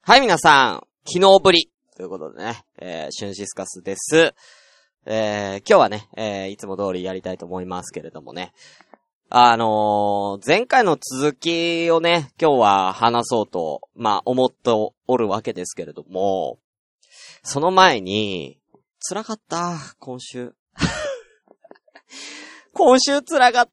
はい、皆さん、昨日ぶりということでね、シュンシスカスです。今日はね、いつも通りやりたいと思いますけれどもね。前回の続きをね、今日は話そうと、思っておるわけですけれども、その前に、辛かった、今週。今週辛かった。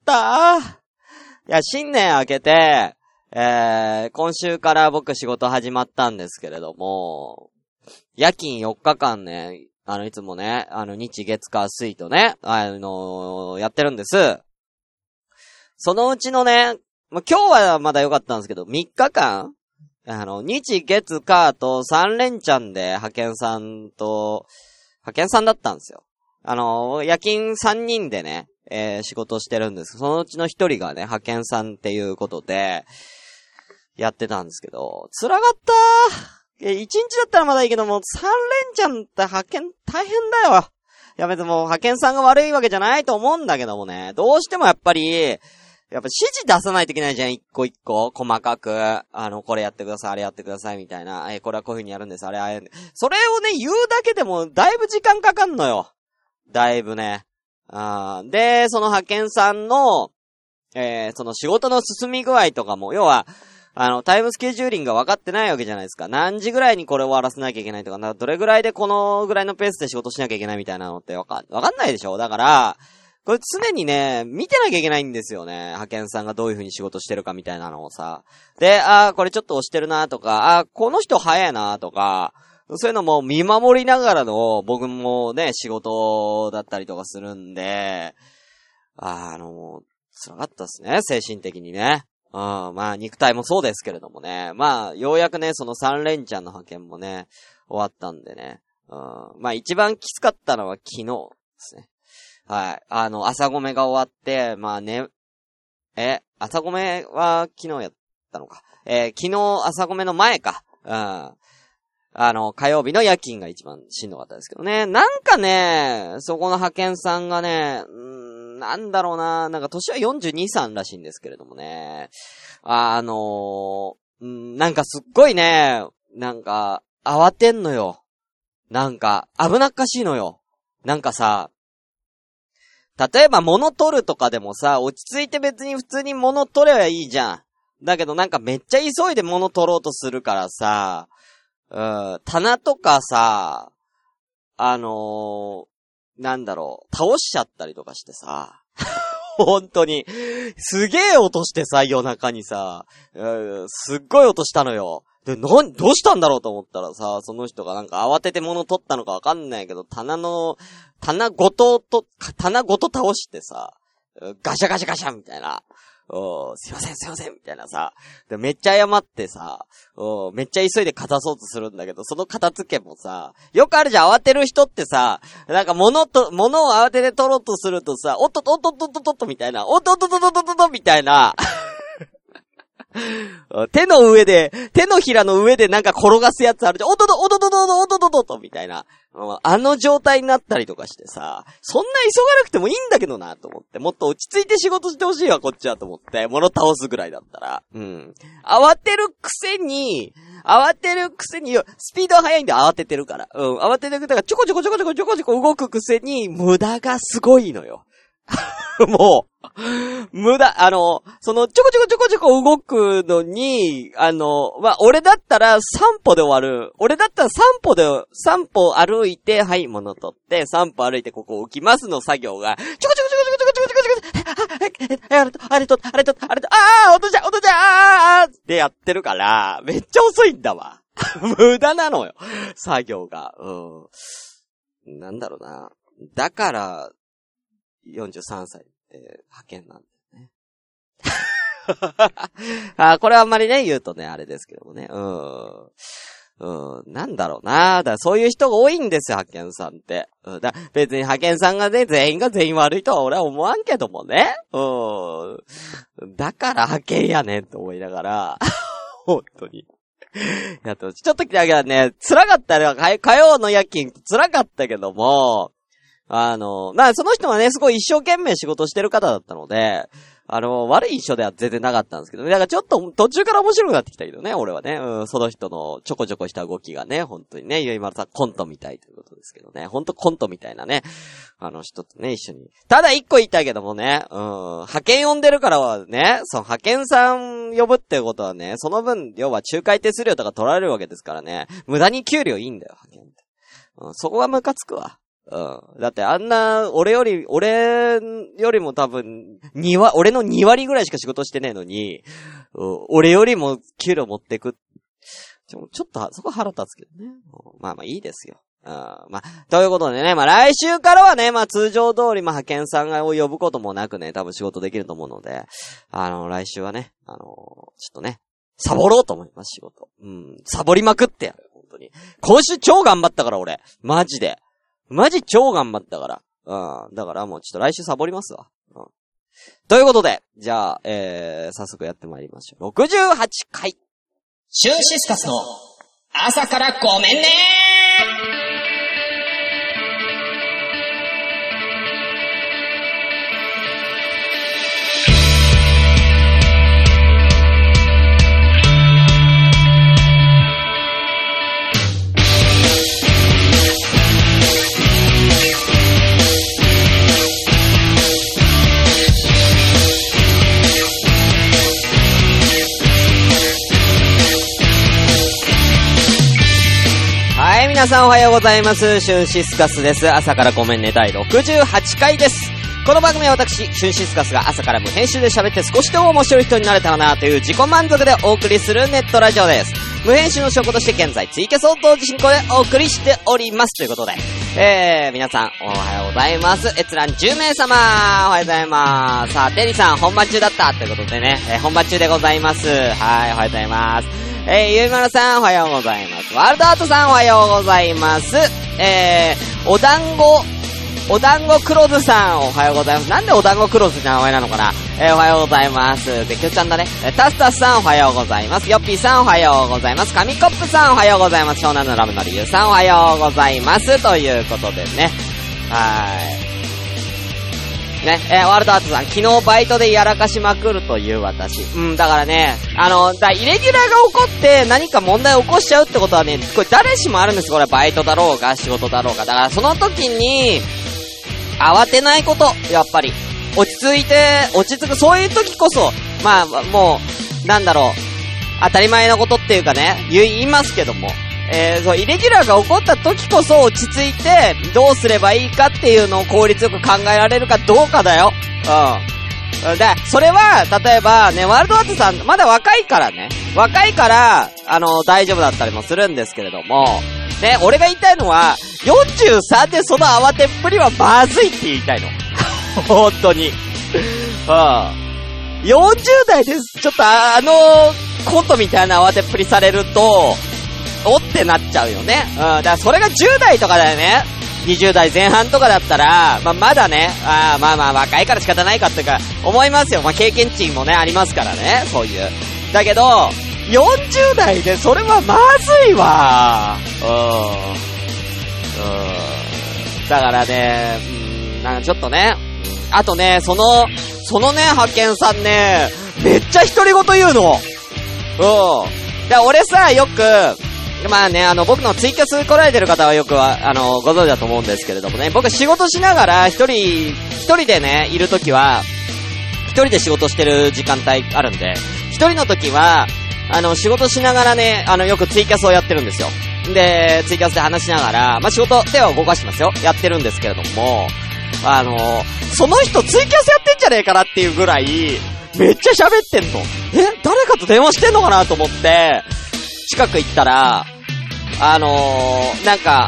いや、新年明けて、今週から僕仕事始まったんですけれども、夜勤4日間ね、いつもね、日月火水とね、やってるんです。そのうちのね、今日はまだ良かったんですけど、3日間日月火と3連チャンで派遣さんだったんですよ。夜勤3人でね、仕事してるんです。そのうちの1人がね、派遣さんっていうことで、やってたんですけど、辛かったー。1日だったらまだいいけども、3連チャンって派遣大変だよ。いや別にもう派遣さんが悪いわけじゃないと思うんだけどもね、どうしてもやっぱ指示出さないといけないじゃん、一個一個、細かく。これやってください、あれやってください、みたいな。これはこういう風にやるんです、あれ、それをね、言うだけでも、だいぶ時間かかんのよ。だいぶね。で、その派遣さんの、その仕事の進み具合とかも、要は、タイムスケジューリングが分かってないわけじゃないですか。何時ぐらいにこれ終わらせなきゃいけないとか、どれぐらいでこのぐらいのペースで仕事しなきゃいけないみたいなのって分かんないでしょ。だから、これ常にね、見てなきゃいけないんですよね。派遣さんがどういう風に仕事してるかみたいなのをさ。で、これちょっと押してるなとか、この人早いなとか、そういうのも見守りながらの僕もね、仕事だったりとかするんで、辛かったですね、精神的にね。肉体もそうですけれどもね。ようやくね、その3連チャンの派遣もね、終わったんでね。一番きつかったのは昨日ですね。はい。朝ごめが終わって、朝ごめは昨日やったのか。昨日朝ごめの前か。火曜日の夜勤が一番しんどかったですけどね。なんかね、そこの派遣さんがね、なんだろうな、なんか年は42、3らしいんですけれどもね。なんかすっごいね、なんか、慌てんのよ。なんか、危なっかしいのよ。なんかさ、例えば物取るとかでもさ、落ち着いて別に普通に物取ればいいじゃん。だけどなんかめっちゃ急いで物取ろうとするからさ、棚とかさ、なんだろう、倒しちゃったりとかしてさ、本当に、すげえ音してさ、夜中にさ、すっごい音したのよ。で、どうしたんだろうと思ったらさ、その人がなんか慌てて物取ったのかわかんないけど、棚ごと倒してさ、ガシャガシャガシャみたいな。すいませんみたいなさ。で、めっちゃ謝ってさ、めっちゃ急いで片そうとするんだけど、その片付けもさ、よくあるじゃん、慌てる人ってさ、なんか物を慌てて取ろうとするとさ、おっとみたいな、みたいな。手のひらの上でなんか転がすやつあるじゃん。おっとみたいな。状態になったりとかしてさ、そんな急がなくてもいいんだけどなと思って、もっと落ち着いて仕事してほしいわ、こっちはと思って、物倒すぐらいだったら。慌てるくせに、スピードは速いんで慌ててるから。慌ててるから、ちょこちょこ動くくせに、無駄がすごいのよ。もう、無駄、その、ちょこちょこ動くのに、俺だったら3歩で終わる。俺だったら3歩歩いて、はい、物取って、3歩歩いてここ置きますの作業が、ちょこちょこあれと、音じゃってやってるから、めっちゃ遅いんだわ。無駄なのよ。作業が。なんだろうな。だから、43歳って派遣なんだよね。これはあんまりね、言うとね、あれですけどもね。なんだろうな。だからそういう人が多いんですよ、派遣さんって。別に派遣さんがね、全員が全員悪いとは俺は思わんけどもね。だから派遣やねんと思いながら、本当に。ちょっとだけね、辛かったね。火曜の夜勤辛かったけども、 まあ、その人はね、すごい一生懸命仕事してる方だったので、悪い印象では全然なかったんですけどね。だからちょっと途中から面白くなってきたけどね、俺はね。その人のちょこちょこした動きがね、本当にね、ゆいまるさんコントみたいということですけどね。本当コントみたいなね、人とね、一緒に。ただ一個言いたいけどもね、派遣呼んでるからはね、その派遣さん呼ぶってことはね、その分、要は仲介手数料とか取られるわけですからね、無駄に給料いいんだよ、派遣って。そこがムカつくわ。だってあんな、俺よりも多分、俺の2割ぐらいしか仕事してねえのに、俺よりも給料持ってく。ちょっと、そこ腹立つけどね。まあいいですよ。まあ、ということでね、まあ来週からはね、まあ通常通り、まあ派遣さんを呼ぶこともなくね、多分仕事できると思うので、来週はね、ちょっとね、サボろうと思います、仕事。サボりまくってやる、本当に。今週超頑張ったから、俺。マジ超頑張ったから。だからもうちょっと来週サボりますわ。ということで、じゃあ、早速やってまいりましょう。68回。 シュンシスカスの朝からごめんね皆さんおはようございます。シュンシスカスです。朝からごめんね第68回です。この番組は私、シュンシスカスが朝から無編集で喋って少しでも面白い人になれたらなという自己満足でお送りするネットラジオです。無編集の証拠として現在ツイキャスを同時進行でお送りしております。ということで、皆さんおはようございます。閲覧10名様おはようございます。さあ、テリーさん本番中だったということでね、本番中でございます。はい、おはようございます。ゆいまるさんおはようございます。ワールドアートさんおはようございます。お団子クロズさんおはようございます。なんでお団子クロズって名前なのかな。おはようございます。で、きょちゃんだね。タスタスさんおはようございます。ヨッピーさんおはようございます。紙コップさんおはようございます。湘南のラブの理由さんおはようございます。ということでね。ね、ワールドアートさん、昨日バイトでやらかしまくるという私。だからね、イレギュラーが起こって何か問題を起こしちゃうってことはね、これ誰しもあるんです。これはバイトだろうが、仕事だろうが。だからその時に、慌てないこと、やっぱり。落ち着く、そういう時こそ、まあ、もう、なんだろう、当たり前のことっていうかね、言いますけども。そう、イレギュラーが起こった時こそ落ち着いて、どうすればいいかっていうのを効率よく考えられるかどうかだよ。で、それは、例えばね、ワールドアートさん、まだ若いからね。大丈夫だったりもするんですけれども、ね、俺が言いたいのは、43でその慌てっぷりはまずいって言いたいの。本当に。40代です。ちょっとコントみたいな慌てっぷりされると、おってなっちゃうよね。だからそれが10代とかだよね。20代前半とかだったら、まだね、まあ若いから仕方ないかっていうか、思いますよ。経験値もね、ありますからね、そういう。だけど、40代でそれはまずいわ。だからね、なんかちょっとね、あとね、そのね、派遣さんね、めっちゃ独り言言うの。だ俺さ、よく、まあね、僕のツイキャス来られてる方はよくは、ご存知だと思うんですけれどもね、僕仕事しながら一人でね、いるときは、一人で仕事してる時間帯あるんで、一人の時は、仕事しながらね、よくツイキャスをやってるんですよ。で、ツイキャスで話しながら、仕事、手は動かしてますよ。やってるんですけれども、その人ツイキャスやってんじゃねえかなっていうぐらい、めっちゃ喋ってんの。誰かと電話してんのかなと思って、近く行ったら、なんか、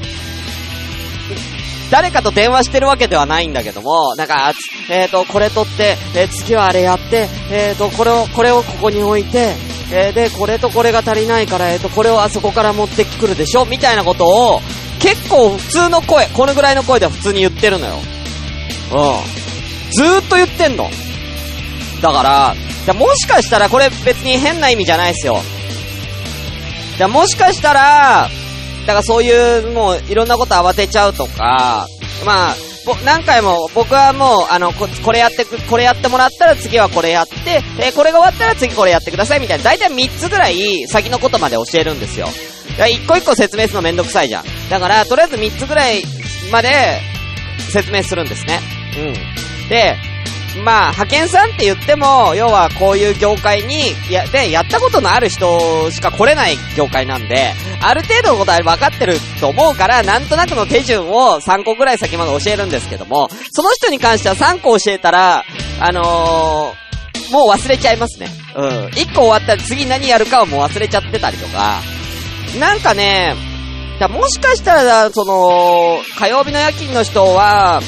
誰かと電話してるわけではないんだけども、なんか、これ取って、次はあれやって、これをここに置いて、で、これとこれが足りないから、これをあそこから持ってくるでしょみたいなことを、結構普通の声、このぐらいの声では普通に言ってるのよ。ずーっと言ってんの。だから、もしかしたらこれ別に変な意味じゃないですよ。もしかしたら、だからそういうもういろんなこと慌てちゃうとか、 まあ、何回も、僕はもう、これやってもらったら次はこれやって、これが終わったら次これやってくださいみたいな、だいたい3つぐらい先のことまで教えるんですよ。一個一個説明するのめんどくさいじゃん。だから、とりあえず3つぐらいまで説明するんですね。で、まあ、派遣さんって言っても、要はこういう業界に、やったことのある人しか来れない業界なんで、ある程度のことは分かってると思うから、なんとなくの手順を3個ぐらい先まで教えるんですけども、その人に関しては3個教えたら、もう忘れちゃいますね。1個終わったら次何やるかはもう忘れちゃってたりとか、なんかね、もしかしたら、火曜日の夜勤の人は、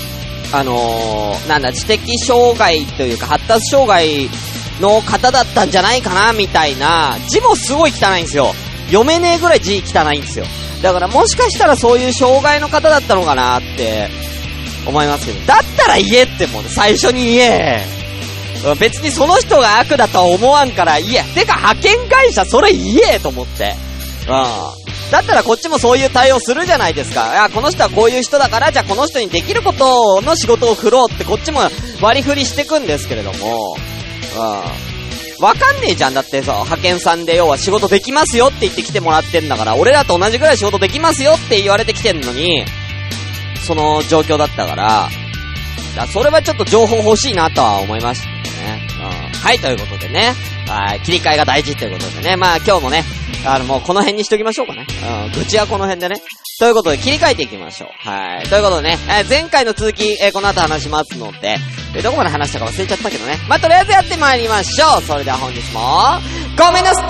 知的障害というか発達障害の方だったんじゃないかなみたいな、字もすごい汚いんですよ。読めねえぐらい字汚いんですよ。だからもしかしたらそういう障害の方だったのかなって思いますけど、だったら言えってもう最初に言え。別にその人が悪だとは思わんから言え。てか派遣会社それ言えと思って。だったらこっちもそういう対応するじゃないですか。この人はこういう人だから、じゃあこの人にできることの仕事を振ろうってこっちも割り振りしてくんですけれども、わかんねえじゃん。だってさ、派遣さんで要は仕事できますよって言って来てもらってんだから、俺らと同じぐらい仕事できますよって言われてきてんのに、その状況だったから、それはちょっと情報欲しいなとは思いましたね。はい、ということでね。切り替えが大事ということでね。まあ今日もね、もうこの辺にしときましょうかね。愚痴はこの辺でね。ということで切り替えていきましょう。はい。ということでね、前回の続き、この後話しますので、どこまで話したか忘れちゃったけどね。まあとりあえずやってまいりましょう。それでは本日も、ごめんなさい。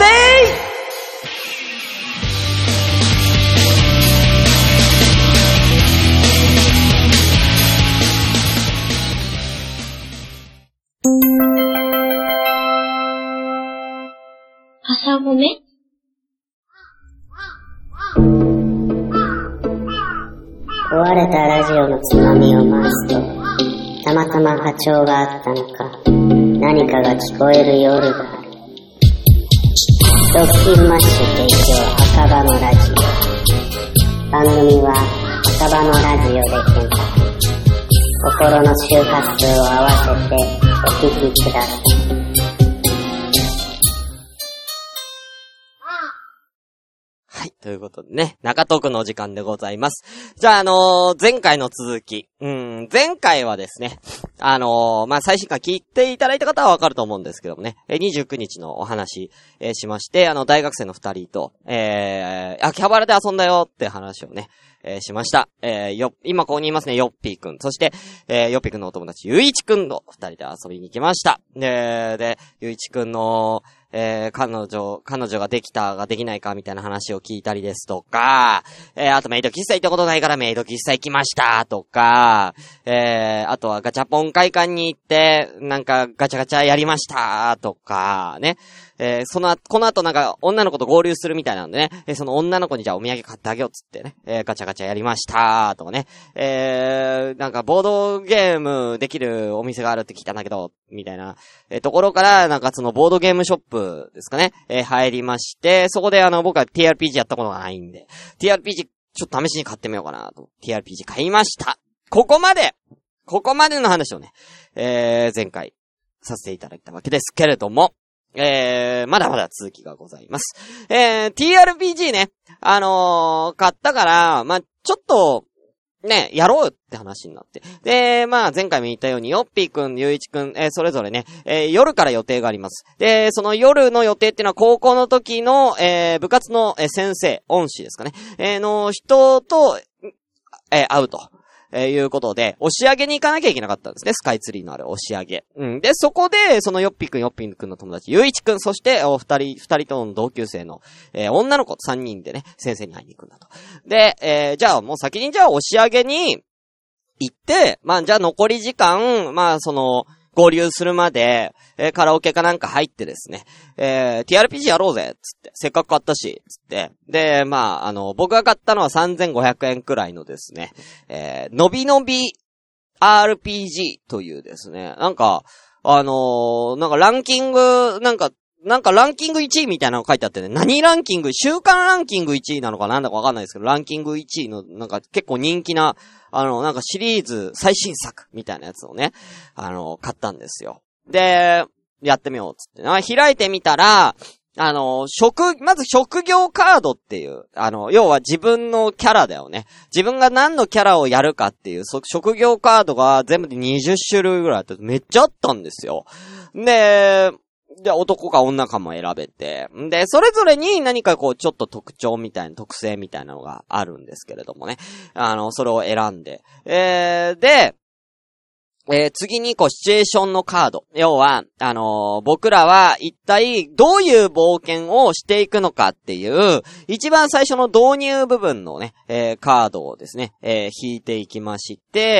朝ごめ壊れたラジオのつまみを回すと、たまたま波長があったのか、何かが聞こえる夜がある。ドッキンマッシュ提供赤羽のラジオ。番組は赤羽のラジオで検索。心の周波数を合わせてお聞きください。 はい。ということでね、中トークのお時間でございます。じゃあ、前回の続き。前回はですね、まあ、最新回聞いていただいた方はわかると思うんですけどもね、29日のお話、しまして、大学生の2人と、秋葉原で遊んだよって話をね、しました。今ここにいますね、ヨッピーくん。そして、ヨッピーくんのお友達、ゆいちくんの2人で遊びに行きました。で、ゆいちくんの、彼女ができたができないかみたいな話を聞いたりですとか、あとメイド喫茶行ったことないからメイド喫茶行きましたとか、あとはガチャポン会館に行って、なんかガチャガチャやりましたとか、ね。この後なんか女の子と合流するみたいなんでね、その女の子にじゃあお土産買ってあげようっつってね、ガチャガチャやりましたとかね、なんかボードゲームできるお店があるって聞いたんだけど、みたいな、ところから、なんかそのボードゲームショップですかね、入りまして、そこで僕は TRPG やったことがないんで、TRPG ちょっと試しに買ってみようかなと、TRPG 買いました。ここまでの話をね、前回させていただいたわけですけれども、まだまだ続きがございます。TRPG ね、買ったから、まあ、ちょっと、ね、やろうって話になって。で、まあ、前回も言ったように、ヨッピーくん、ゆういちくん、それぞれね、夜から予定があります。で、その夜の予定っていうのは、高校の時の、部活の、先生、恩師ですかね、の人と、会うと。いうことで、押上に行かなきゃいけなかったんですね。スカイツリーのある押上。で、そこで、そのヨッピーくんの友達、ゆういちくん、そして、二人との同級生の、女の子3人でね、先生に会いに行くんだと。で、じゃあもう先に押上に行って、まあじゃあ残り時間、まあ合流するまで、カラオケかなんか入ってですね、TRPG やろうぜつって、せっかく買ったし、つって。で、まあ、僕が買ったのは3500円くらいのですね、のびのび RPG というですね、なんか、なんかランキング、なんかなんかランキング1位みたいなの書いてあってね、何ランキング、週間ランキング1位なのかなんだかわかんないですけど、ランキング1位のなんか結構人気な、なんかシリーズ最新作みたいなやつをね、買ったんですよ。で、やってみようっつってな。開いてみたら、まず職業カードっていう、要は自分のキャラだよね。自分が何のキャラをやるかっていう、職業カードが全部で20種類ぐらいあって、めっちゃあったんですよ。で、男か女かも選べて。で、それぞれに何かこう、ちょっと特徴みたいな、特性みたいなのがあるんですけれどもね。それを選んで。で、次にシチュエーションのカード。要は、僕らは一体どういう冒険をしていくのかっていう、一番最初の導入部分のね、カードをですね、引いていきまして、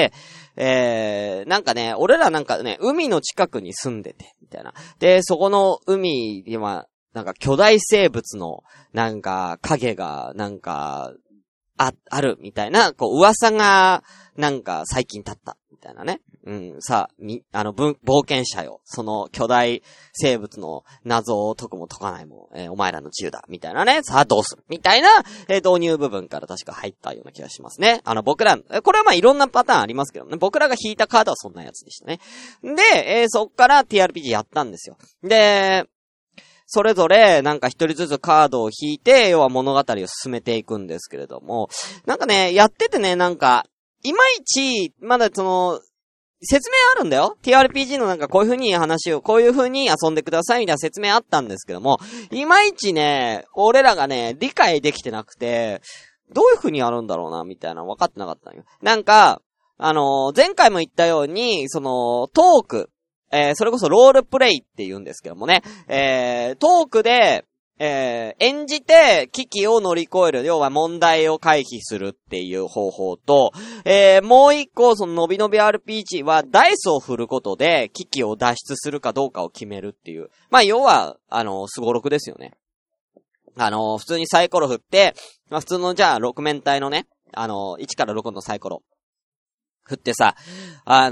なんかね、俺らなんかね、海の近くに住んでて、みたいな。で、そこの海には、なんか巨大生物の、なんか影が、なんか、ある、みたいな、噂が、なんか最近立った、みたいなね。さあ、冒険者よ。その巨大生物の謎を解くも解かないも、お前らの自由だ。みたいなね。さあどうするみたいな、導入部分から確か入ったような気がしますね。僕ら、これはまあいろんなパターンありますけどね。僕らが引いたカードはそんなやつでしたね。で、そっから TRPG やったんですよ。で、それぞれなんか一人ずつカードを引いて、要は物語を進めていくんですけれども、なんかね、やっててね、なんか、いまいち、まだ説明あるんだよ。TRPG のなんかこういう風に話を、こういう風に遊んでくださいみたいな説明あったんですけども、いまいちね、俺らがね、理解できてなくて、どういう風にやるんだろうな、みたいなの分かってなかったのよ。なんか、前回も言ったように、トーク、それこそロールプレイって言うんですけどもね、トークで、演じて危機を乗り越える、要は問題を回避するっていう方法と、もう一個そののびのび RPG はダイスを振ることで危機を脱出するかどうかを決めるっていう。まあ要は、スゴロクですよね。普通にサイコロ振って、まあ普通のじゃあ6面体のね、1から6のサイコロ。振ってさ、じゃあ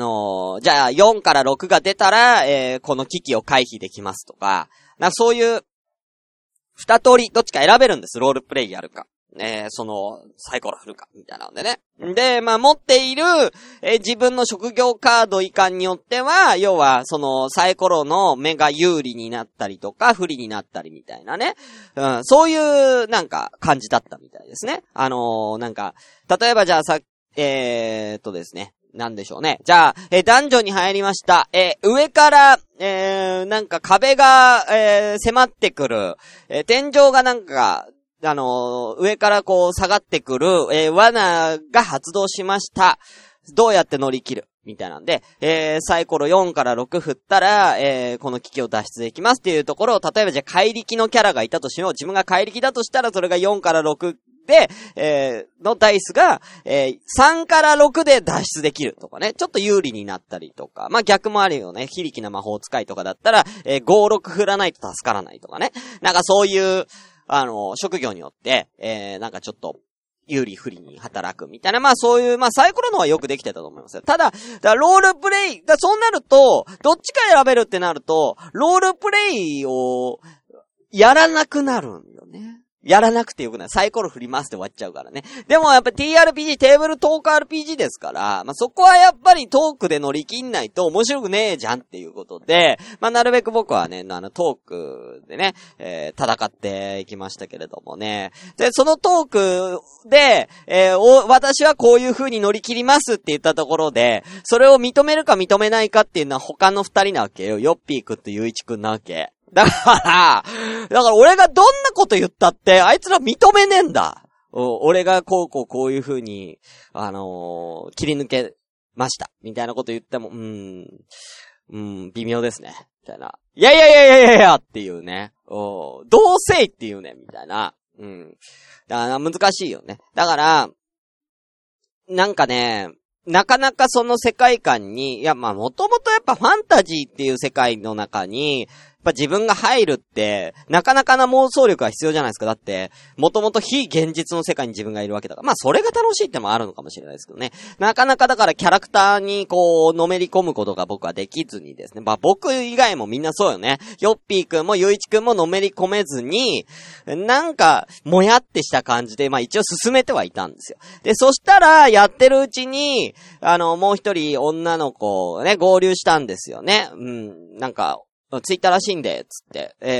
4から6が出たら、この危機を回避できますとか、そういう、二通り、どっちか選べるんです。ロールプレイやるか。サイコロ振るか、みたいなのでね。で、まあ、持っている、自分の職業カード以下によっては、要は、サイコロの目が有利になったりとか、不利になったりみたいなね。そういう、なんか、感じだったみたいですね。なんか、例えばじゃあですね。なんでしょうね。じゃあ、ダンジョンに入りました。上から、なんか壁が、迫ってくる。天井がなんか、上からこう下がってくる、罠が発動しました。どうやって乗り切るみたいなんで、サイコロ4から6振ったら、この危機を脱出できますっていうところを、例えばじゃあ怪力のキャラがいたとしよう。自分が怪力だとしたら、それが4から6、で、のダイスが、3から6で脱出できるとかね。ちょっと有利になったりとか。まあ、逆もあるよね。非力な魔法使いとかだったら、5、6振らないと助からないとかね。なんかそういう、職業によって、なんかちょっと、有利不利に働くみたいな。まあそういう、まあサイコロのはよくできてたと思いますよ。ただロールプレイ、そうなると、どっちか選べるってなると、ロールプレイを、やらなくなるんよね。やらなくてよくない。サイコロ振りますって終わっちゃうからね。でもやっぱ TRPG、テーブルトーク RPG ですから、まあ、そこはやっぱりトークで乗り切んないと面白くねえじゃんっていうことで、まあ、なるべく僕はね、トークでね、戦っていきましたけれどもね。で、そのトークで、私はこういう風に乗り切りますって言ったところで、それを認めるか認めないかっていうのは他の二人なわけよ。ヨッピーくんとユイチくんなわけ。だから俺がどんなこと言ったって、あいつら認めねえんだ。俺がこういう風に、切り抜けました。みたいなこと言っても、微妙ですね。みたいな。いやっていうね。どうせいっていうね、みたいな。だから難しいよね。だから、なんかね、なかなかその世界観に、いや、まあ、もともとやっぱファンタジーっていう世界の中に、 ぱ自分が入るって、なかなかな妄想力が必要じゃないですか。だって、もともと非現実の世界に自分がいるわけだから。まあ、それが楽しいってのもあるのかもしれないですけどね。なかなかだからキャラクターにこう、のめり込むことが僕はできずにですね。まあ、僕以外もみんなそうよね。ヨッピーくんもゆういちくんものめり込めずに、なんか、もやってした感じで、まあ一応進めてはいたんですよ。で、そしたら、やってるうちに、もう一人女の子ね、合流したんですよね。なんか、ツイッターらしいんで、つって。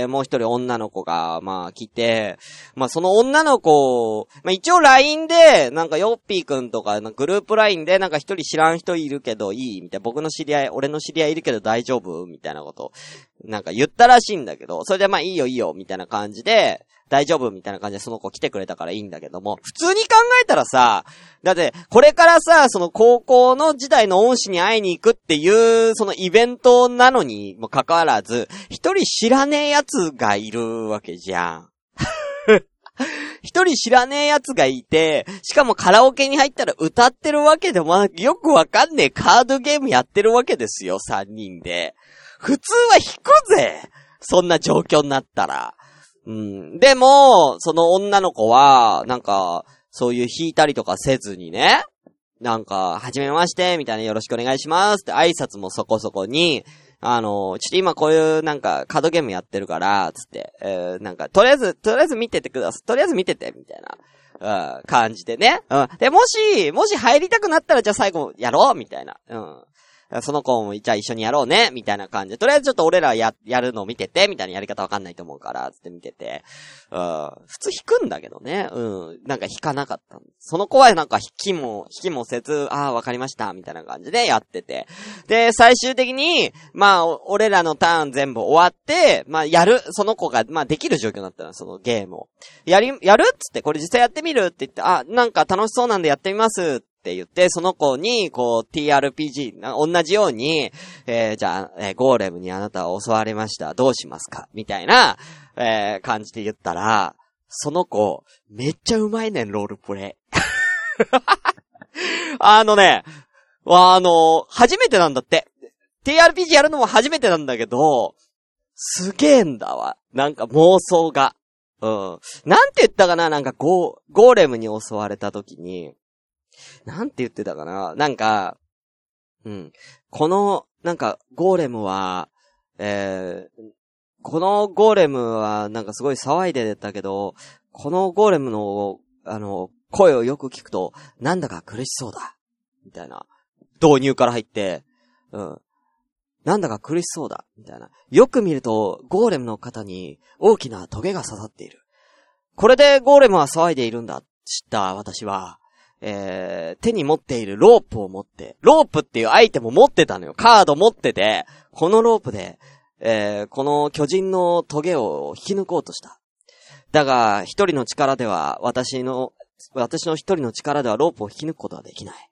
もう一人女の子が、まあ来て、まあその女の子、まあ一応 LINE で、なんかヨッピーくんとか、グループ LINE でなんか一人知らん人いるけどいいみたいな、僕の知り合い、俺の知り合いいるけど大丈夫みたいなこと、なんか言ったらしいんだけど、それでまあいいよいいよ、みたいな感じで、大丈夫みたいな感じでその子来てくれたからいいんだけども、普通に考えたらさ、だって、これからさ、その高校の時代の恩師に会いに行くっていう、そのイベントなのにもかかわらず、一人知らねえ奴がいるわけじゃん。一人知らねえ奴がいて、しかもカラオケに入ったら歌ってるわけでもよくわかんねえカードゲームやってるわけですよ、3人で。普通は引くぜ、そんな状況になったら。でも、その女の子は、なんか、そういう弾いたりとかせずにね、なんか、はじめまして、みたいなよろしくお願いしますって挨拶もそこそこに、ちょっと今こういうなんかカードゲームやってるから、つって、なんか、とりあえず見ててください。とりあえず見てて、みたいな、感じでね。で、もし入りたくなったらじゃあ最後やろうみたいな。その子もじゃあ一緒にやろうねみたいな感じで、とりあえずちょっと俺らやるのを見ててみたいな、やり方わかんないと思うからつって見てて、普通弾くんだけどね、なんか弾かなかった。その子はなんか弾きもせず、わかりましたみたいな感じでやってて、で最終的にまあ俺らのターン全部終わって、まあその子がまあできる状況になったの、そのゲームをやるっつって、これ実際やってみるって言って、なんか楽しそうなんでやってみますって言って、その子に、こう、TRPG、同じように、じゃあ、ゴーレムにあなたは襲われました。どうしますかみたいな、感じで言ったら、その子、めっちゃうまいねん、ロールプレイ。初めてなんだって。TRPG やるのも初めてなんだけど、すげえんだわ。なんか妄想が。なんて言ったかな、なんかゴーレムに襲われた時に、なんて言ってたかな、なんか、この、なんか、ゴーレムは、このゴーレムは、なんかすごい騒いでたけど、このゴーレムの、声をよく聞くと、なんだか苦しそうだ。みたいな。導入から入って、なんだか苦しそうだ。みたいな。よく見ると、ゴーレムの肩に大きなトゲが刺さっている。これでゴーレムは騒いでいるんだ。知った私は、手に持っているロープを持って、ロープっていうアイテムを持ってたのよ。カード持ってて、このロープで、この巨人のトゲを引き抜こうとした。だが、一人の力では、私の一人の力ではロープを引き抜くことはできない。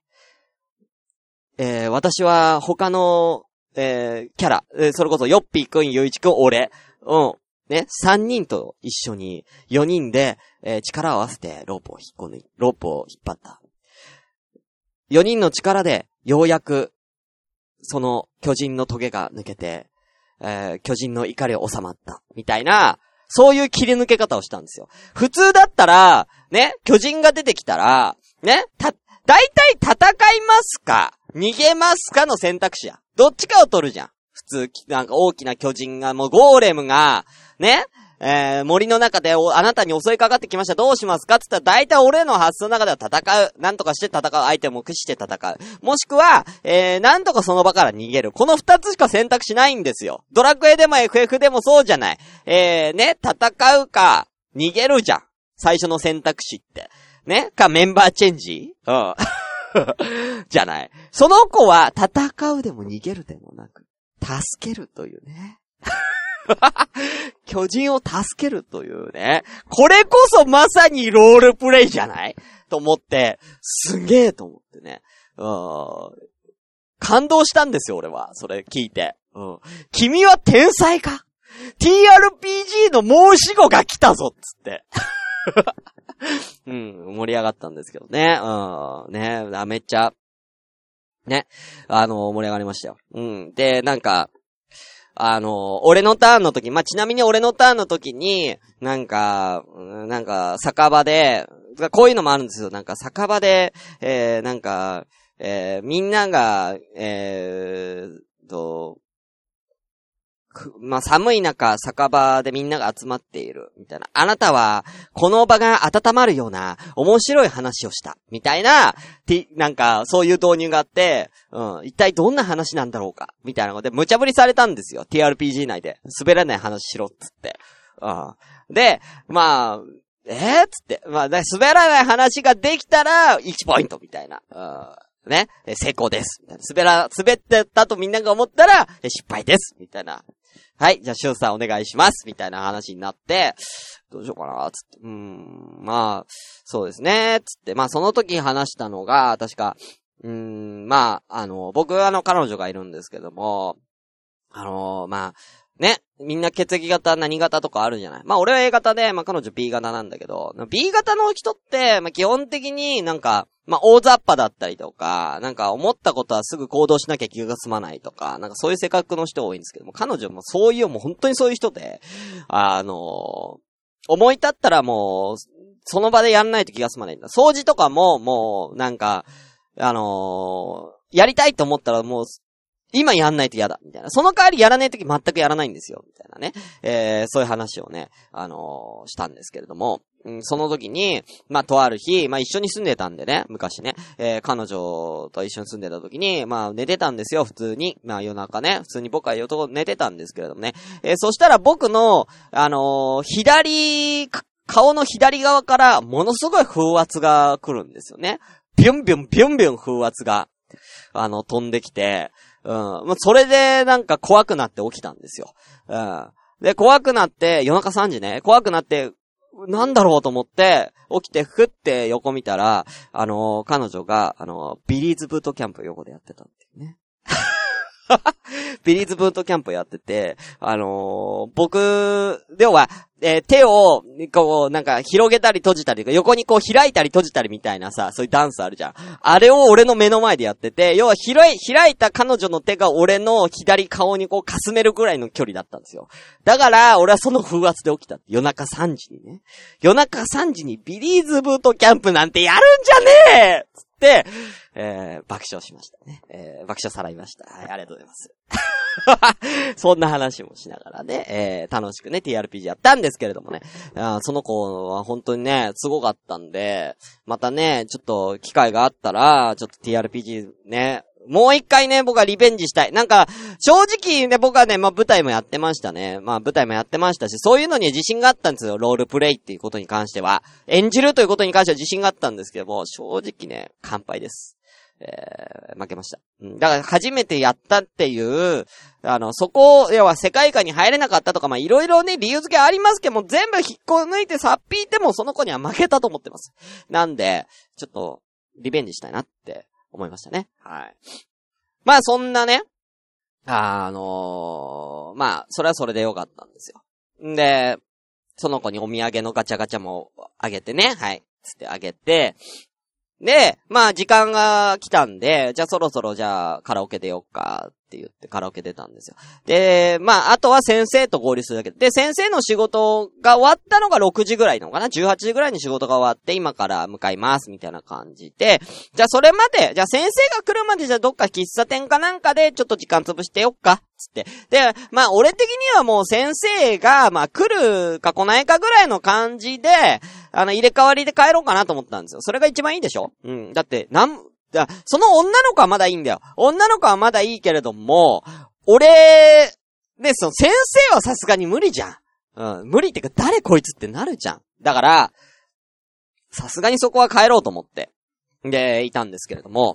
私は他の、キャラ、それこそヨッピーくん、ゆういちくん、俺、ね、3人と一緒に4人で、力を合わせてロープを引っ張った。4人の力でようやくその巨人のトゲが抜けて、巨人の怒りを収まったみたいな、そういう切り抜け方をしたんですよ。普通だったらね、巨人が出てきたらね、だいたい戦いますか逃げますかの選択肢や。どっちかを取るじゃん。普通なんか大きな巨人がもうゴーレムがね、森の中であなたに襲いかかってきました。どうしますかって言ったら大体俺の発想の中では戦う。なんとかして戦う。アイテムを駆使して戦う。もしくは、なんとかその場から逃げる。この二つしか選択しないんですよ。ドラクエでも FF でもそうじゃない。ね、戦うか、逃げるじゃん。最初の選択肢って。ね、かメンバーチェンジ？じゃない。その子は戦うでも逃げるでもなく、助けるというね。巨人を助けるというね。これこそまさにロールプレイじゃないと思って、すげえと思ってね。感動したんですよ、俺は。それ聞いて。君は天才か ?TRPG の申し子が来たぞっつって。盛り上がったんですけどね。ね、めっちゃ、ね、盛り上がりましたよ。で、なんか、 俺のターンの時、ちなみに俺のターンの時に、酒場で、こういうのもあるんですよ。酒場で、みんなが、寒い中、酒場でみんなが集まっている、みたいな。あなたは、この場が温まるような、面白い話をした、みたいな、そういう導入があって、一体どんな話なんだろうか、みたいなので、無茶ぶりされたんですよ。TRPG 内で。滑らない話しろ、つって。で、つって。滑らない話ができたら、1ポイント、みたいな。ね。成功です。滑ってたとみんなが思ったら、失敗です。みたいな。はい。じゃあ、しゅんさんお願いします。みたいな話になって、どうしようかな、つって。そうですね。つって。その時話したのが、確か、僕は彼女がいるんですけども、ね、みんな血液型何型とかあるじゃない。俺は A 型で、彼女 B 型なんだけど、B 型の人って、基本的に大雑把だったりとか、思ったことはすぐ行動しなきゃ気が済まないとか、そういう性格の人多いんですけども、彼女もそういう、もう本当にそういう人で、思い立ったらもう、その場でやんないと気が済まないんだ。掃除とかも、もう、やりたいと思ったらもう、今やんないと嫌だ、みたいな。その代わりやらないとき全くやらないんですよ、みたいなね。そういう話をね、したんですけれども、その時に、とある日、一緒に住んでたんでね、昔ね、彼女と一緒に住んでた時に、寝てたんですよ、普通に。夜中ね、普通に僕は寝てたんですけれどもね。そしたら僕の、顔の左側から、ものすごい風圧が来るんですよね。ビュンビュンビュンビュン風圧が、飛んできて、それで怖くなって起きたんですよ。で、怖くなって、夜中3時ね、怖くなって、なんだろうと思って、起きてふって横見たら、彼女が、ビリーズブートキャンプ横でやってたっていうね。ビリーズブートキャンプやってて、僕、では、手を、広げたり閉じたり、横に開いたり閉じたりみたいなさ、そういうダンスあるじゃん。あれを俺の目の前でやってて、要は開いた彼女の手が俺の左顔にかすめるぐらいの距離だったんですよ。だから、俺はその風圧で起きた。夜中3時にね。夜中3時にビリーズブートキャンプなんてやるんじゃねえつって、爆笑しましたね。爆笑さらいました。はい、ありがとうございます。そんな話もしながらね、楽しくね、TRPG やったんですけれどもね、その子は本当にね、すごかったんで、またね、ちょっと機会があったら、ちょっと TRPG ね、もう一回ね、僕はリベンジしたい。正直ね、僕はね、舞台もやってましたね。舞台もやってましたし、そういうのに自信があったんですよ。ロールプレイっていうことに関しては。演じるということに関しては自信があったんですけども、正直ね、完敗です。負けました。だから初めてやったっていう、そこ、要は世界観に入れなかったとか、いろいろね、理由付けありますけども、全部引っこ抜いてさっぴいても、その子には負けたと思ってます。なんで、ちょっと、リベンジしたいなって思いましたね。はい。そんなね、それはそれでよかったんですよ。んで、その子にお土産のガチャガチャもあげてね、はい、つってあげて、で、時間が来たんで、じゃあそろそろカラオケ出よっかって言ってカラオケ出たんですよ。で、あとは先生と合流するだけで、先生の仕事が終わったのが6時ぐらいなのかな ?18 時ぐらいに仕事が終わって、今から向かいますみたいな感じで、じゃあそれまで、じゃあ先生が来るまでじゃあどっか喫茶店かなんかでちょっと時間潰してよっかつって。で、俺的にはもう先生が、来るか来ないかぐらいの感じで、入れ替わりで帰ろうかなと思ったんですよ。それが一番いいでしょ？だって、その女の子はまだいいんだよ。女の子はまだいいけれども、俺、ね、先生はさすがに無理じゃん。無理ってか誰こいつってなるじゃん。だから、さすがにそこは帰ろうと思って。で、いたんですけれども、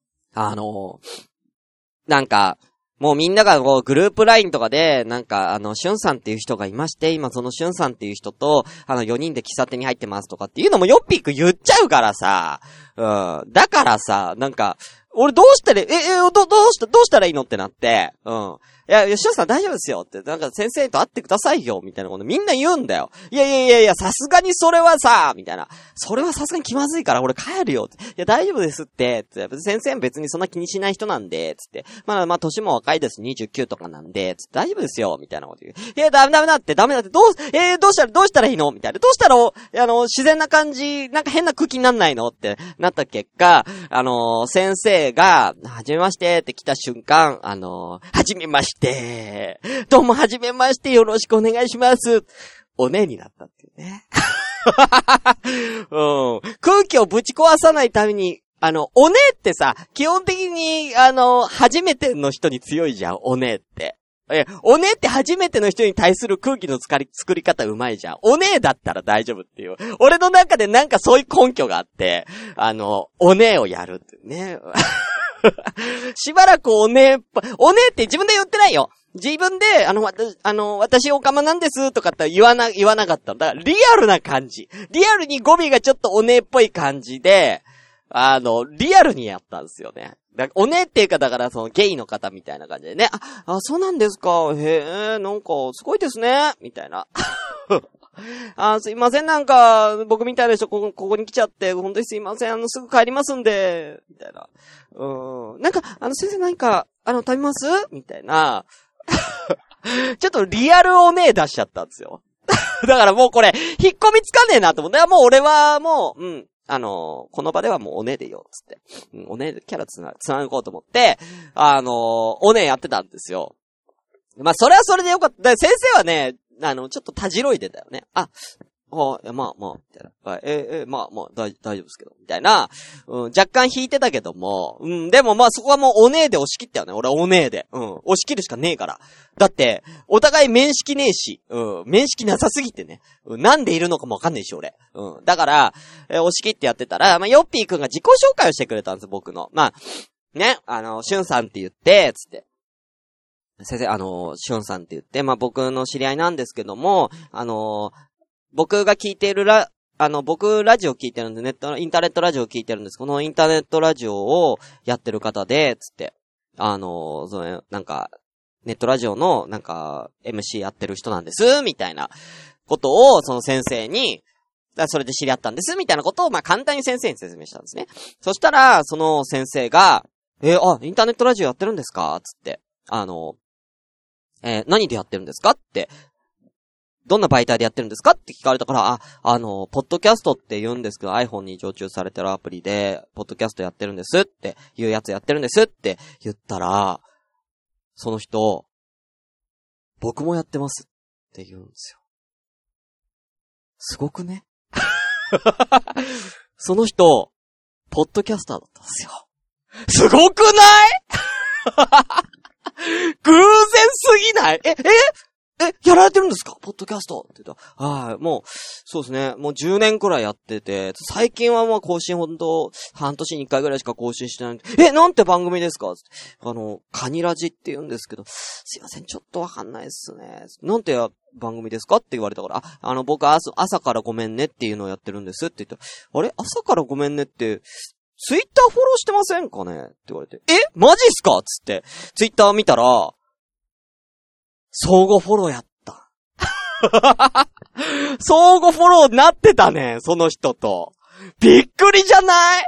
もうみんながグループラインとかで、しゅんさんっていう人がいまして、今そのしゅんさんっていう人と、4人で喫茶店に入ってますとかっていうのもよっぴーく言っちゃうからさ、だからさ、 俺どうしたら、どうしたらいいのってなって、いや、吉田さん大丈夫ですよって、なんか先生と会ってくださいよ、みたいなことみんな言うんだよ。いや、さすがにそれはさ、みたいな。それはさすがに気まずいから俺帰るよって。いや、大丈夫ですって、先生別にそんな気にしない人なんで、つって。まあ、年も若いです、29とかなんで、つって大丈夫ですよ、みたいなこと言う。いや、ダメだって、どうしたらいいのみたいな。どうしたら、自然な感じ、なんか変な空気になんないのってなった結果、先生が、はじめましてって来た瞬間、はじめまして、どうもはじめまして、よろしくお願いします。おねえになったっていうね。空気をぶち壊さないために、おねえってさ、基本的に、初めての人に強いじゃん、おねえって。おねえって初めての人に対する空気の作り方うまいじゃん。おねえだったら大丈夫っていう。俺の中でなんかそういう根拠があって、おねえをやるってね。しばらくおねえって自分で言ってないよ。自分で、私オカマなんですとかって言わなかった。だからリアルな感じ。リアルに語尾がちょっとおねえっぽい感じで、リアルにやったんですよね。おねえっていうか、だからそのゲイの方みたいな感じでね。そうなんですか。へえ、なんかすごいですね。みたいな。すいません、なんか、僕みたいな人ここに来ちゃって、本当にすいません、すぐ帰りますんで、みたいな。なんか、先生何か、食べますみたいな。ちょっとリアルおねえ出しちゃったんですよ。だからもうこれ、引っ込みつかねえなと思って、もう俺はもう、この場ではもうおねえでよ、つって。おねえでキャラつなごうと思って、おねえやってたんですよ。まあ、それはそれでよかった。先生はね、ちょっとたじろいでたよね。まあ、みたいな。まあ、大丈夫ですけど、みたいな。若干引いてたけども、でもまあそこはもうおねえで押し切ったよね。俺はおねえで。押し切るしかねえから。だって、お互い面識ねえし、面識なさすぎてね。なんでいるのかもわかんねえし、俺。だから、押し切ってやってたら、まあ、ヨッピーくんが自己紹介をしてくれたんです、僕の。まあ、ね、しゅんさんって言って、つって。先生、しゅんさんって言って、まあ、僕の知り合いなんですけども、僕が聞いている僕ラジオ聞いてるんで、インターネットラジオ聞いてるんです。このインターネットラジオをやってる方で、つって、なんか、ネットラジオの、なんか、MC やってる人なんです、みたいなことを、その先生に、それで知り合ったんです、みたいなことを、まあ、簡単に先生に説明したんですね。そしたら、その先生が、インターネットラジオやってるんですかつって、何でやってるんですかって、どんな媒体でやってるんですかって聞かれたから、ポッドキャストって言うんですけど、iPhone に常駐されてるアプリで、ポッドキャストやってるんですっていうやつやってるんですって言ったら、その人、僕もやってますって言うんですよ。すごくねその人、ポッドキャスターだったんですよ。すごくない偶然すぎないやられてるんですかポッドキャストって言ったら、はい、もう、そうですね、もう10年くらいやってて、最近はもう更新ほんと、半年に1回ぐらいしか更新してない。なんて番組ですかカニラジって言うんですけど、すいません、ちょっとわかんないっすね。なんて番組ですかって言われたから、僕朝からごめんねっていうのをやってるんですって言ったら、あれ朝からごめんねって、ツイッターフォローしてませんかねって言われて、マジっすかつって、ツイッター見たら、相互フォローやった。相互フォローなってたね、その人と。びっくりじゃない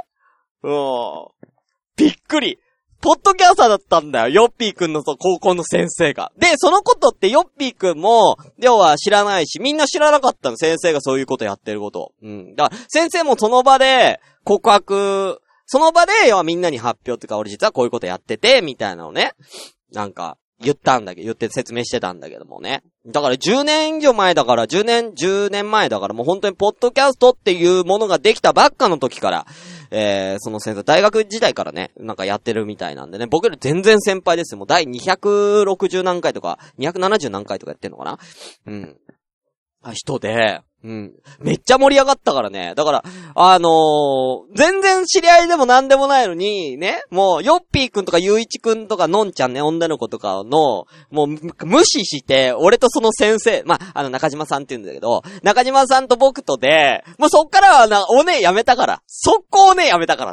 びっくり。ポッドキャスターだったんだよ、ヨッピーくんの高校の先生が。で、そのことってヨッピーくんも、要は知らないし、みんな知らなかったの、先生がそういうことやってることを。だから、先生もその場で告白、その場で、要はみんなに発表ってか、俺実はこういうことやってて、みたいなのね。なんか、言って説明してたんだけどもね。だから10年以上前だから、10年前だからもう本当にポッドキャストっていうものができたばっかの時から、その先生、大学時代からね、なんかやってるみたいなんでね、僕より全然先輩ですよ。もう第260何回とか、270何回とかやってんのかな人で、めっちゃ盛り上がったからね。だから、全然知り合いでもなんでもないのに、ね、もう、ヨッピーくんとかゆういちくんとかのんちゃんね、女の子とかの、もう、無視して、俺とその先生、まあ、中島さんって言うんだけど、中島さんと僕とで、もうそっからはおねえやめたから。速攻おねえやめたからね。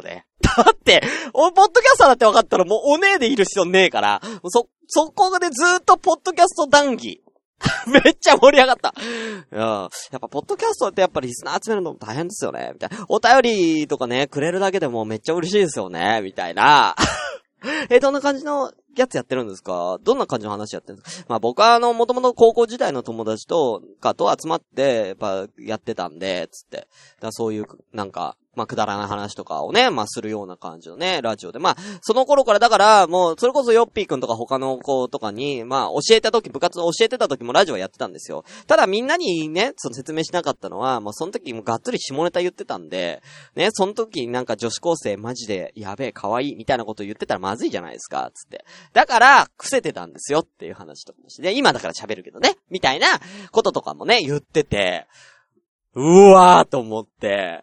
だって、ポッドキャスターだって分かったらもうお姉でいる必要ねえから、そこでずーっとポッドキャスト談義。めっちゃ盛り上がった。やっぱポッドキャストってやっぱりリスナー集めるのも大変ですよね。みたいな。お便りとかね、くれるだけでもめっちゃ嬉しいですよね。みたいな。どんな感じのやつやってるんですか？どんな感じの話やってるんですか？まあ僕はもともと高校時代の友達と集まって、やっぱやってたんで、つって。だそういう、なんか、まあくだらない話とかをね、まあするような感じのね、ラジオで。まあ、その頃からだから、もう、それこそヨッピーくんとか他の子とかに、まあ部活教えてた時もラジオやってたんですよ。ただみんなにね、その説明しなかったのは、もうその時もがっつり下ネタ言ってたんで、ね、その時なんか女子高生マジでやべえ可愛いみたいなこと言ってたらまずいじゃないですか、つって。だから、伏せてたんですよっていう話とかもして、今だから喋るけどね、みたいなこととかもね、言ってて、うわーと思って、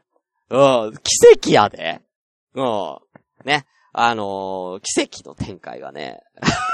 奇跡やで。ね。奇跡の展開がね。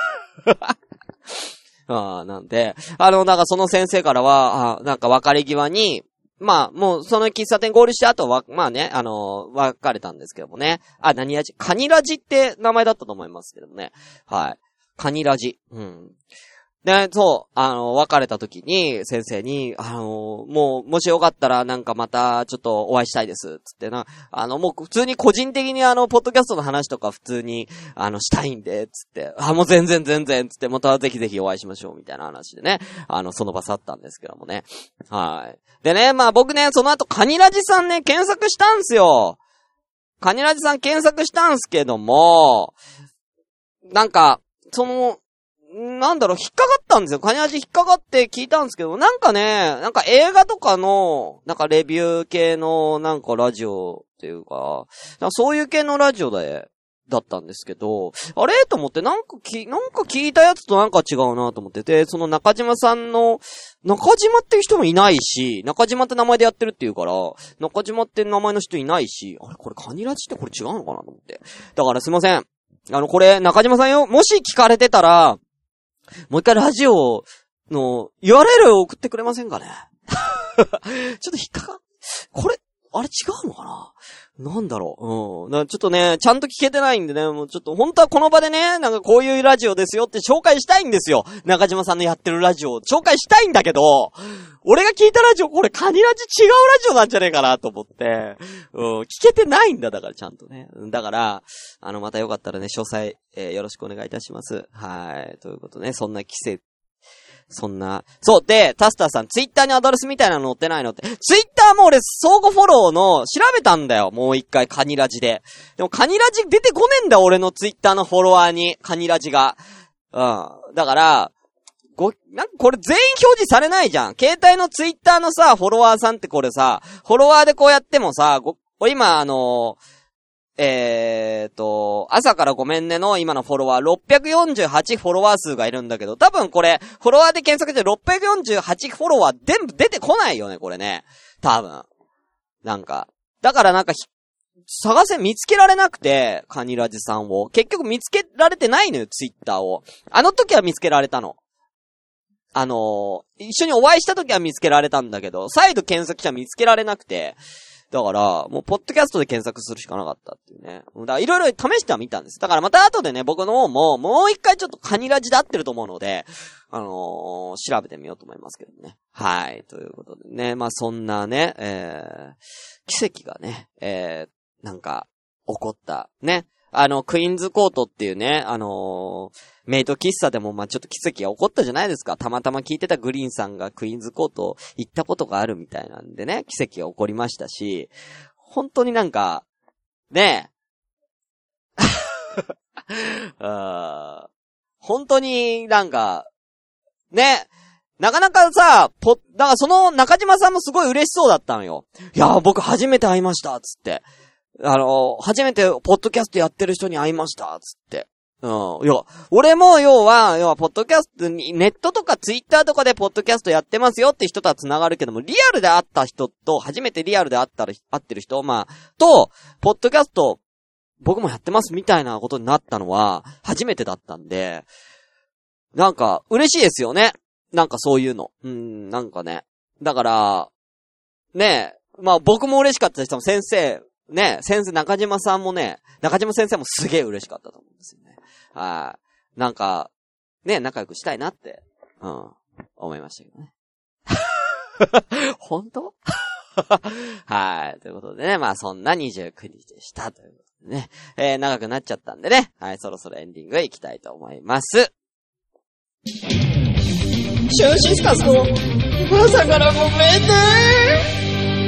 なんで、なんかその先生からは、なんか別れ際に、まあ、もうその喫茶店合流して後は、まあね、別れたんですけどもね。何ラジ？カニラジって名前だったと思いますけどもね。はい。カニラジ。で、そう、別れた時に、先生に、もしよかったら、なんかまた、ちょっとお会いしたいです、つってな、もう普通に個人的にポッドキャストの話とか普通に、したいんで、つって、もう全然、つって、またぜひぜひお会いしましょう、みたいな話でね、その場去ったんですけどもね。はい。でね、まあ僕ね、その後、カニラジさんね、検索したんすよ。カニラジさん検索したんすけども、なんか、なんだろう、引っかかったんですよ。カニラジ引っかかって聞いたんですけど、なんかね、なんか映画とかの、なんかレビュー系の、なんかラジオっていうか、なんかそういう系のラジオだったんですけど、あれと思って、なんか聞いたやつとなんか違うなと思ってて、その中島さんの、中島っていう人もいないし、中島って名前でやってるっていうから、中島って名前の人いないし、あれこれカニラジってこれ違うのかなと思って。だからすいません。これ中島さんよ、もし聞かれてたら、もう一回ラジオの URL を送ってくれませんかねちょっと引っかかこれ、あれ違うのかななんだろう。ちょっとね、ちゃんと聞けてないんでね、もうちょっと本当はこの場でね、なんかこういうラジオですよって紹介したいんですよ。中島さんのやってるラジオを紹介したいんだけど、俺が聞いたラジオ、これカニラジ違うラジオなんじゃねえかなと思って、聞けてないんだからちゃんとね。だから、またよかったらね、詳細、よろしくお願いいたします。はい。ということね、そうで、タスターさん、ツイッターにアドレスみたいなの載ってないのって。ツイッターも俺、相互フォローの、調べたんだよ。もう一回、カニラジで。でも、カニラジ出てこねえんだよ、俺のツイッターのフォロワーに、カニラジが。だから、なんかこれ全員表示されないじゃん。携帯のツイッターのさ、フォロワーさんってこれさ、フォロワーでこうやってもさ、今朝からごめんねの今のフォロワー648フォロワー数がいるんだけど、多分これ、フォロワーで検索して648フォロワー全部出てこないよね、これね。多分。なんか。だからなんか見つけられなくて、カニラジさんを。結局見つけられてないのよ、ツイッターを。あの時は見つけられたの。一緒にお会いした時は見つけられたんだけど、再度検索したら見つけられなくて、だから、もう、ポッドキャストで検索するしかなかったっていうね。だから、いろいろ試してはみたんです。だから、また後でね、僕の方も、もう一回ちょっとカニラジで合ってると思うので、調べてみようと思いますけどね。はい。ということでね、まあ、そんなね、奇跡がね、なんか、起こった。ね。クイーンズコートっていうね、メイド喫茶でもまあちょっと奇跡が起こったじゃないですか。たまたま聞いてたグリーンさんがクイーンズコート行ったことがあるみたいなんでね、奇跡が起こりましたし、本当になんか、ね本当になんか、ね、なかなかさ、だからその中島さんもすごい嬉しそうだったのよ。いや、僕初めて会いました、つって。初めてポッドキャストやってる人に会いました、つって。いや、俺も要は、ポッドキャストに、ネットとかツイッターとかでポッドキャストやってますよって人とは繋がるけども、リアルで会った人と、初めてリアルで会ってる人、まあ、と、ポッドキャスト、僕もやってますみたいなことになったのは、初めてだったんで、なんか、嬉しいですよね。なんかそういうの。なんかね。だから、ねえ、まあ僕も嬉しかったです。先生ね、中島さんもね、中島先生もすげえ嬉しかったと思うんですよね。はい。なんか、ね、仲良くしたいなって、思いましたけどね。本当はい。ということでね、まあそんな29日でしたということでね。長くなっちゃったんでね。はい、そろそろエンディングへ行きたいと思います。 シュンシスカスの朝からごめんね。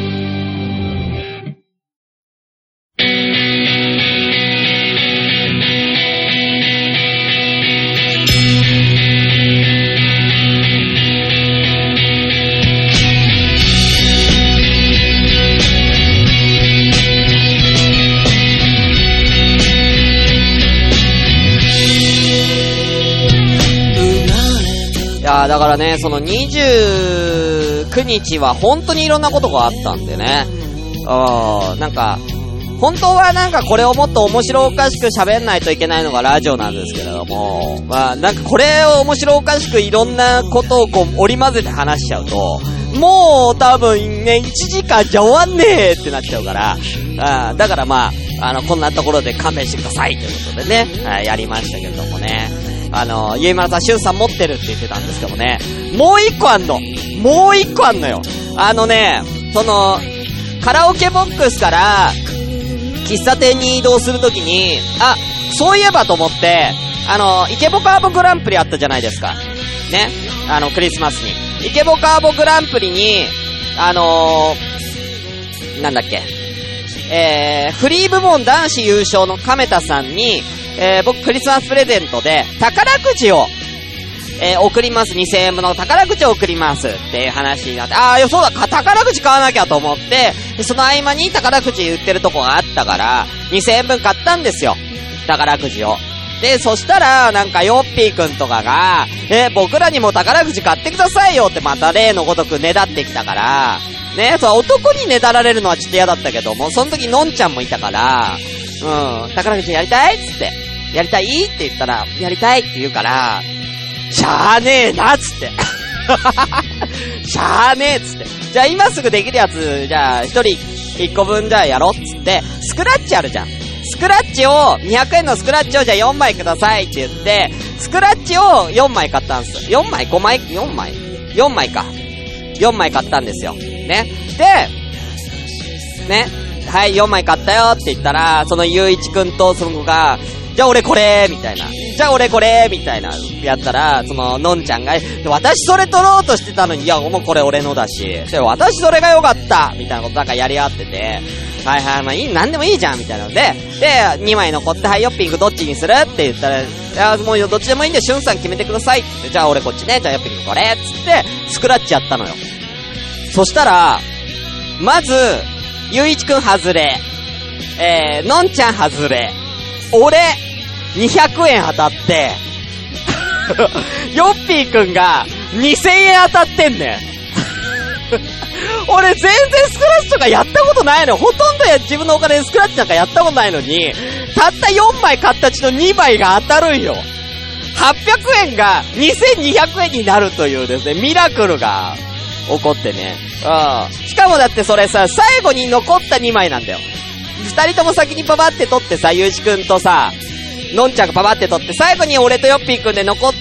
だからね、その29日は本当にいろんなことがあったんでね。なんか、本当はなんかこれをもっと面白おかしく喋んないといけないのがラジオなんですけれども、まあなんかこれを面白おかしくいろんなことをこう織り交ぜて話しちゃうと、もう多分ね、1時間じゃ終わんねえってなっちゃうから、だからまあ、こんなところで勘弁してくださいということでね、やりましたけれどもね。ゆいまるさん、しゅんさん持ってるって言ってたんですけどね。もう一個あんのよ。その、カラオケボックスから、喫茶店に移動するときに、そういえばと思って、イケボカーボグランプリあったじゃないですか。ね。クリスマスに。イケボカーボグランプリに、なんだっけ。フリー部門男子優勝の亀田さんに、僕クリスマスプレゼントで宝くじを、送ります。2000円分の宝くじを送りますっていう話になって、そうだ、宝くじ買わなきゃと思って、その合間に宝くじ売ってるとこがあったから、2000円分買ったんですよ。宝くじを。で、そしたら、なんかヨッピーくんとかが、僕らにも宝くじ買ってくださいよってまた例のごとくねだってきたから、ね、男にねだられるのはちょっと嫌だったけども、その時のんちゃんもいたから、宝くじやりたいっつって、やりたいって言ったら、やりたいって言うから、しゃーねえなっつって。しゃーねえっつって。じゃあ今すぐできるやつ、じゃあ一人一個分じゃあやろっつって、スクラッチあるじゃん。スクラッチを、200円のスクラッチをじゃあ4枚くださいって言って、スクラッチを4枚買ったんですよ。4枚 ?5 枚 ?4 枚 ?4 枚か。4枚買ったんですよ。ね。で、ね。はい、4枚買ったよって言ったら、そのゆういちくんとその子が、じゃあ俺これみたいな。じゃあ俺これみたいな。やったら、のんちゃんが、私それ取ろうとしてたのに、いや、もうこれ俺のだし。で、私それが良かったみたいなことなんかやり合ってて、はいはい、まあいい、なんでもいいじゃんみたいなので、2枚残って、はい、ヨッピングどっちにするって言ったら、いや、もうどっちでもいいんで、しゅんさん決めてくださいって。じゃあ俺こっちね、じゃあヨッピングこれつって、スクラッチやったのよ。そしたら、まず、ゆういちくん外れ。のんちゃん外れ。俺、200円当たって、ヨッピーくんが2000円当たってんねん。俺全然スクラッチとかやったことないの。ほとんど自分のお金でスクラッチなんかやったことないのに、たった4枚買ったうちの2枚が当たるんよ。800円が2200円になるというですね、ミラクルが起こってね。しかもだってそれさ、最後に残った2枚なんだよ。2人とも先にパパって取ってさ、ゆういちくんとさ、のんちゃんがパパって取って、最後に俺とヨッピーくんで残って、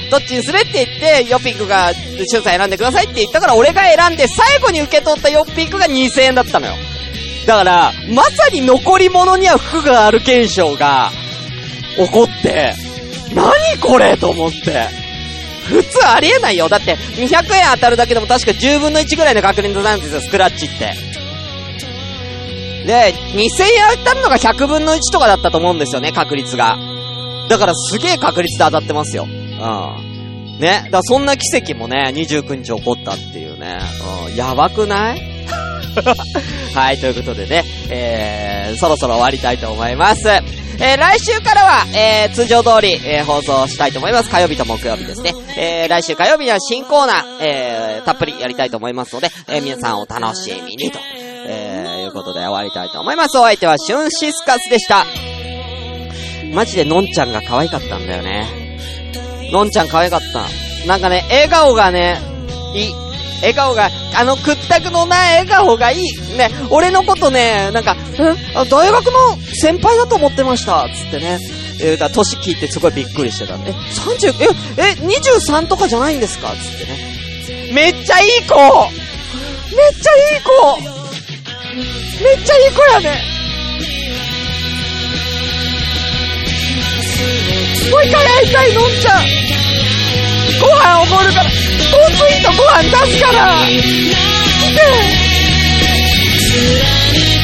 どっちにするって言って、ヨッピーくんが、しゅんさん選んでくださいって言ったから、俺が選んで、最後に受け取ったヨッピーくんが2000円だったのよ。だから、まさに残り物には服がある現象が、起こって、何これと思って。普通ありえないよ。だって、200円当たるだけでも確か10分の1ぐらいの確率なんですよ、スクラッチって。で、2000円当たるのが100分の1とかだったと思うんですよね、確率が。だからすげえ確率で当たってますよ。ね。だからそんな奇跡もね、29日起こったっていうね。やばくないはい、ということでね、そろそろ終わりたいと思います。来週からは、通常通り、放送したいと思います。火曜日と木曜日ですね。来週火曜日には新コーナー、たっぷりやりたいと思いますので、皆さんお楽しみにと。いうことで終わりたいと思います。お相手はシュンシスカスでした。マジでのんちゃんが可愛かったんだよね。のんちゃん可愛かった。なんかね、笑顔がね、 笑顔が、屈託のない笑顔がいい。ね、俺のことね、なんか、大学の先輩だと思ってました。つってね。だ年聞いてすごいびっくりしてたんで。23とかじゃないんですかつってね。めっちゃいい子めっちゃいい子めっちゃいい子やね。もう一回会いたい、のんちゃん。ご飯おごるから、コンプリートご飯出すから。来て。